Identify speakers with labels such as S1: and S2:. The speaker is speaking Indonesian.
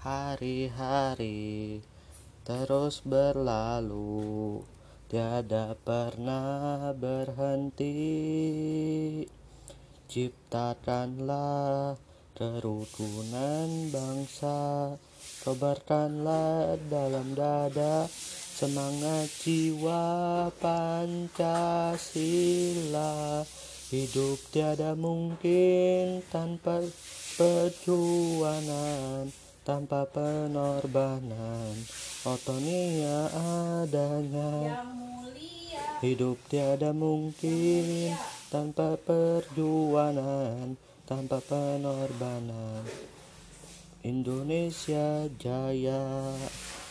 S1: Hari-hari terus berlalu, tiada pernah berhenti. Ciptakanlah kerukunan bangsa, kobarkanlah dalam dada semangat jiwa Pancasila. Hidup tiada mungkin tanpa perjuangan, tanpa pengorbanan, otonia adanya. Hidup tiada mungkin tanpa perjuangan, tanpa pengorbanan. Indonesia Jaya.